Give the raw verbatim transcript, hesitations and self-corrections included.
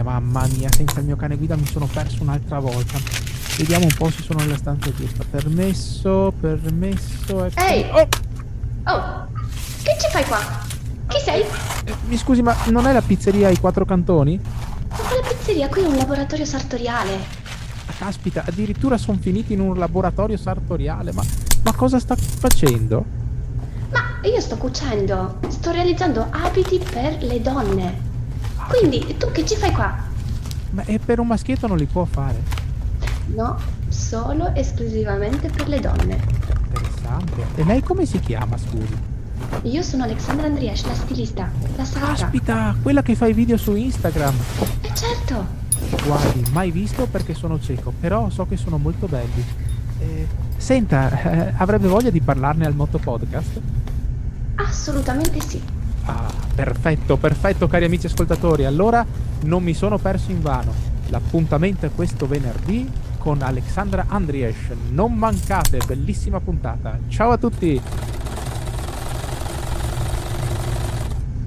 mamma mia, senza il mio cane guida mi sono perso un'altra volta. Vediamo un po' se sono nella stanza giusta. Permesso, permesso... Ecco. Ehi! Oh! Oh! Che ci fai qua? Chi sei? Eh, mi scusi, ma non è la pizzeria ai quattro cantoni? Ma quale pizzeria? Qui è un laboratorio sartoriale. Caspita, addirittura sono finiti in un laboratorio sartoriale. Ma, ma cosa sta facendo? Ma io sto cucendo. Sto realizzando abiti per le donne. Quindi, tu che ci fai qua? Ma è per un maschietto non li può fare. No, solo esclusivamente per le donne. Interessante. E lei come si chiama, scusi? Io sono Alexandra Andriesch, la stilista, la sarta. Caspita, quella che fa i video su Instagram. Eh certo! Guardi, mai visto perché sono cieco, però so che sono molto belli. Eh, senta, eh, avrebbe voglia di parlarne al Moto Podcast? Assolutamente sì. Ah, perfetto, perfetto cari amici ascoltatori. Allora non mi sono perso invano. L'appuntamento è questo venerdì con Alexandra Andriesch. Non mancate, bellissima puntata. Ciao a tutti!